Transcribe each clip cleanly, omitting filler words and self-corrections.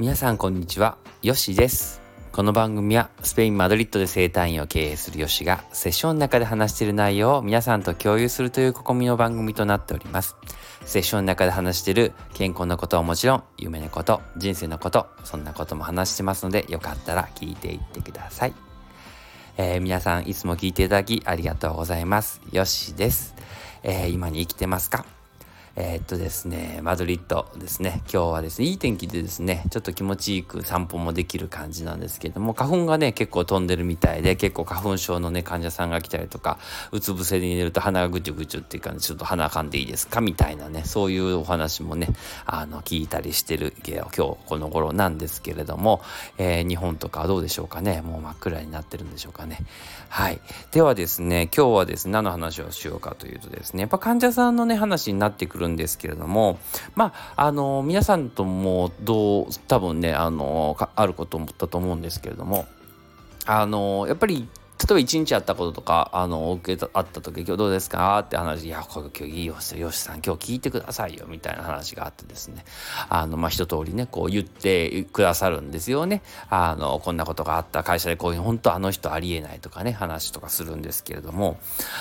皆さんこんにちは、ヨッシーです。この番組はスペイン・マドリッドで整体院を経営するヨッシーがセッションの中で話している内容を皆さんと共有するという試みの番組となっております。セッションの中で話している健康のことはもちろん、夢のこと、人生のこと、そんなことも話してますので、よかったら聞いていってください。皆さんいつも聞いていただきありがとうございます。ヨッシーです。今に生きてますか？ですね、マドリッドですね。今日はですね、いい天気でですね、ちょっと気持ちいい散歩もできる感じなんですけれども、花粉がね、結構飛んでるみたいで、結構花粉症のね、患者さんが来たりとか、うつ伏せに寝ると鼻がぐちゅぐちゅっていう感じで、ちょっと鼻かんでいいですかみたいなね、そういうお話もね、聞いたりしてる今日この頃なんですけれども、日本とかどうでしょうかね。もう真っ暗になってるんでしょうかね。はい。ではですね、今日はですね、何の話をしようかというとですね、やっぱ患者さんのね、話になってくるんですけれども、皆さんとも多分ね、あることだと思うんですけれども、やっぱり例えば一日あったこととかあった時、今日どうですかって話、いやこれ今日いいよよしさん今日聞いてくださいよみたいな話があってですね、一通りねこう言ってくださるんですよね。こんなことがあった会社でこういう本当あの人ありえないとかね話とかするんですけれども、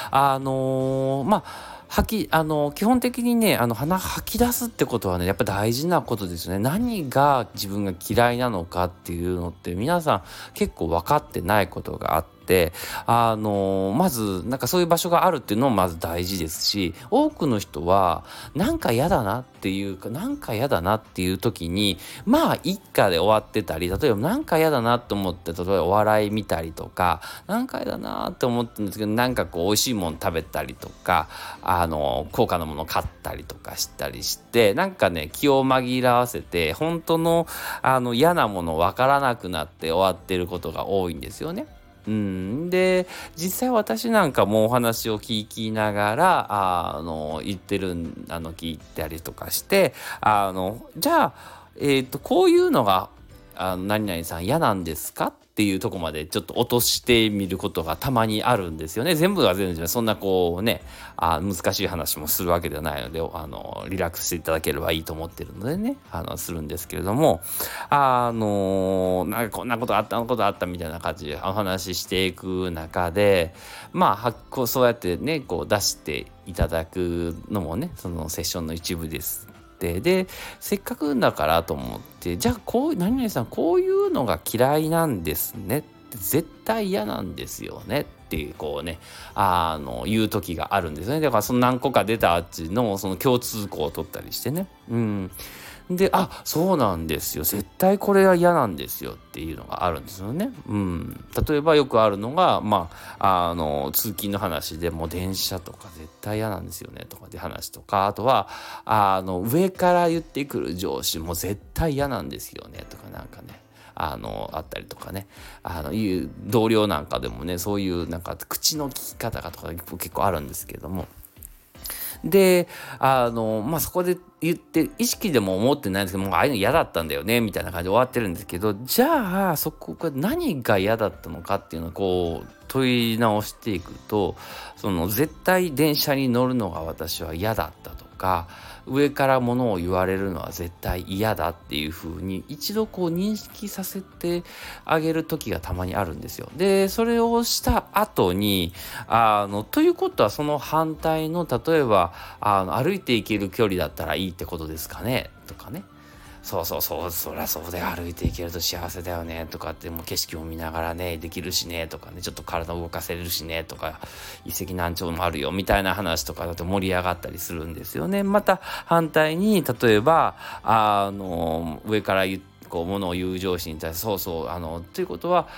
基本的にね鼻吐き出すってことはねやっぱ大事なことですよね。何が自分が嫌いなのかっていうのって皆さん結構分かってないことがあって、まずなんかそういう場所があるっていうのもまず大事ですし、多くの人はなんか嫌だなっていう時に一家で終わってたり、例えばなんか嫌だなと思って例えばお笑い見たりとか、なんか嫌だなって思ってるんですけど、なんかこう美味しいもの食べたりとか高価なものを買ったりとかしたりして、なんかね気を紛らわせて本当の嫌なもの分からなくなって終わってることが多いんですよね。で実際私なんかもお話を聞きながら聞いたりとかしてじゃあこういうのが何々さん嫌なんですかっていうところまでちょっと落としてみることがたまにあるんですよね。全部が全部そんなこうね難しい話もするわけではないのでリラックスしていただければいいと思ってるのでねするんですけれども、なんかこんなことあったみたいな感じでお話ししていく中でそうやってねこう出していただくのもねそのセッションの一部です。でせっかくだからと思って、じゃあ何々さんこういうのが嫌いなんですねって絶対嫌なんですよねっていうこうね言う時があるんですね。だからその何個か出たあっちのその共通項を取ったりしてね。でそうなんですよ、絶対これは嫌なんですよっていうのがあるんですよね。例えばよくあるのが通勤の話でも電車とか絶対嫌なんですよねとかで話とか、あとは上から言ってくる上司も絶対嫌なんですよねとかなんかねあったりとかねいう同僚なんかでもねそういうなんか口の利き方がとか結構あるんですけども、でそこで言って意識でも思ってないんですけども、ああいうの嫌だったんだよねみたいな感じで終わってるんですけど、じゃあそこが何が嫌だったのかっていうのをこう問い直していくと、絶対電車に乗るのが私は嫌だったとか、上から物を言われるのは絶対嫌だっていう風に一度こう認識させてあげる時がたまにあるんですよ。でそれをした後にということはその反対の例えば歩いて行ける距離だったらいいってことですかねとかね、そうそりゃそうで歩いていけると幸せだよねとかって、もう景色を見ながらねできるしねとかね、ちょっと体を動かせれるしねとか、一石何鳥もあるよみたいな話とかだと盛り上がったりするんですよね。また反対に例えば上からこう物を言う上司に対してということは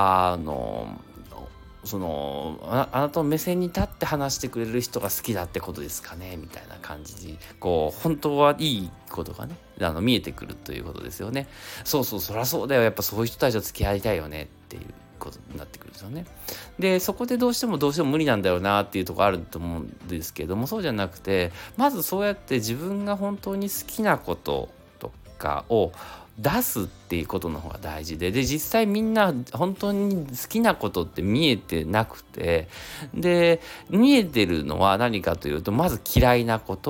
あなたの目線に立って話してくれる人が好きだってことですかねみたいな感じでこう本当はいいことがね見えてくるということですよね。そりゃそうだよ、やっぱそういう人たちと付き合いたいよねっていうことになってくるんですよね。でそこでどうしても無理なんだよなっていうところあると思うんですけども、そうじゃなくてまずそうやって自分が本当に好きなこととかを出すっていうことの方が大事で、実際みんな本当に好きなことって見えてなくて、で見えてるのは何かというとまず嫌いなこと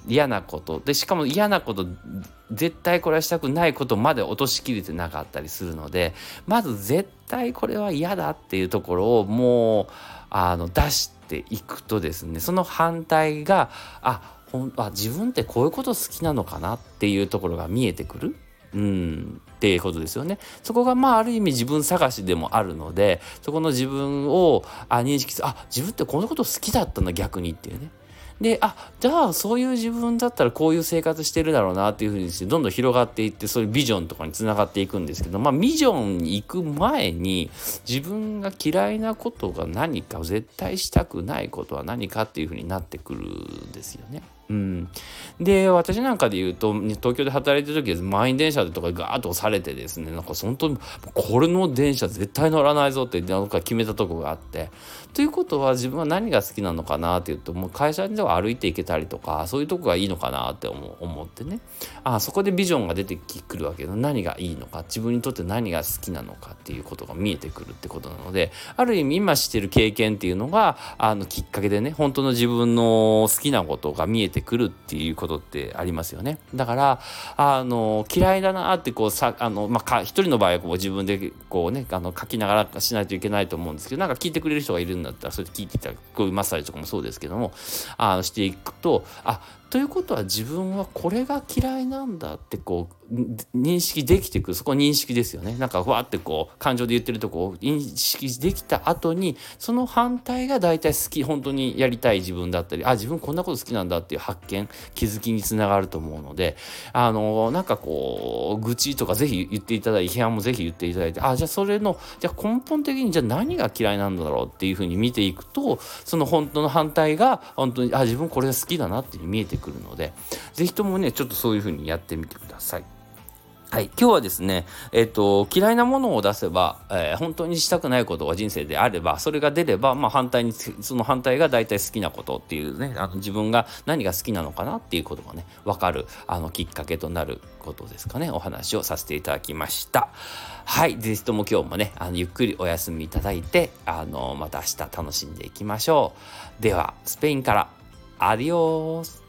嫌なことで、しかも嫌なこと絶対これはしたくないことまで落としきれてなかったりするので、まず絶対これは嫌だっていうところをもう出していくとですね、その反対が自分ってこういうこと好きなのかなっていうところが見えてくる。っていうことですよね。そこがある意味自分探しでもあるので、そこの自分を認識する、自分ってこのこと好きだったんだ逆にっていうね。で、じゃあそういう自分だったらこういう生活してるだろうなっていうふうにしてどんどん広がっていって、そういうビジョンとかにつながっていくんですけど、ビジョンに行く前に自分が嫌いなことが何か、絶対したくないことは何かっていうふうになってくるんですよね。で、私なんかで言うと、東京で働いてる時は満員電車とかガーッと押されてですね、本当にこれの電車絶対乗らないぞって決めたとこがあって、ということは自分は何が好きなのかなっていうと、もう会社では歩いて行けたりとか、そういうとこがいいのかなって思ってね、そこでビジョンが出てくるわけで、何がいいのか、自分にとって何が好きなのかっていうことが見えてくるってことなので、ある意味今してる経験っていうのがきっかけでね、本当の自分の好きなことが見えてくるっていうことってありますよね。だから嫌いだなって一人の場合は自分で書きながらしないといけないと思うんですけど、聞いてくれる人がいるんだったらそれで聞いていただく、こういうマッサージとかもそうですけどもしていくと、ということは自分はこれが嫌いなんだって認識できてくる。そこは認識ですよね。わーって感情で言ってるとこを認識できた後に、その反対が大体本当にやりたい自分だったり、自分こんなこと好きなんだっていう発見、気づきにつながると思うので、愚痴とかぜひ言っていただいて、批判もぜひ言っていただいて、じゃあそれの根本的に何が嫌いなんだろうっていうふうに見ていくと、その本当の反対が本当に自分これが好きだなっていうふうに見えてくるので、ぜひともねちょっとそういうふうにやってみてください。はい、今日はですね、嫌いなものを出せば、本当にしたくないことが人生であれば、それが出れば、反対にその反対が大体好きなことっていうね、自分が何が好きなのかなっていうことがね分かるきっかけとなることですかね、お話をさせていただきました。はい、ぜひとも今日もねゆっくりお休みいただいてまた明日楽しんでいきましょう。ではスペインからアディオース。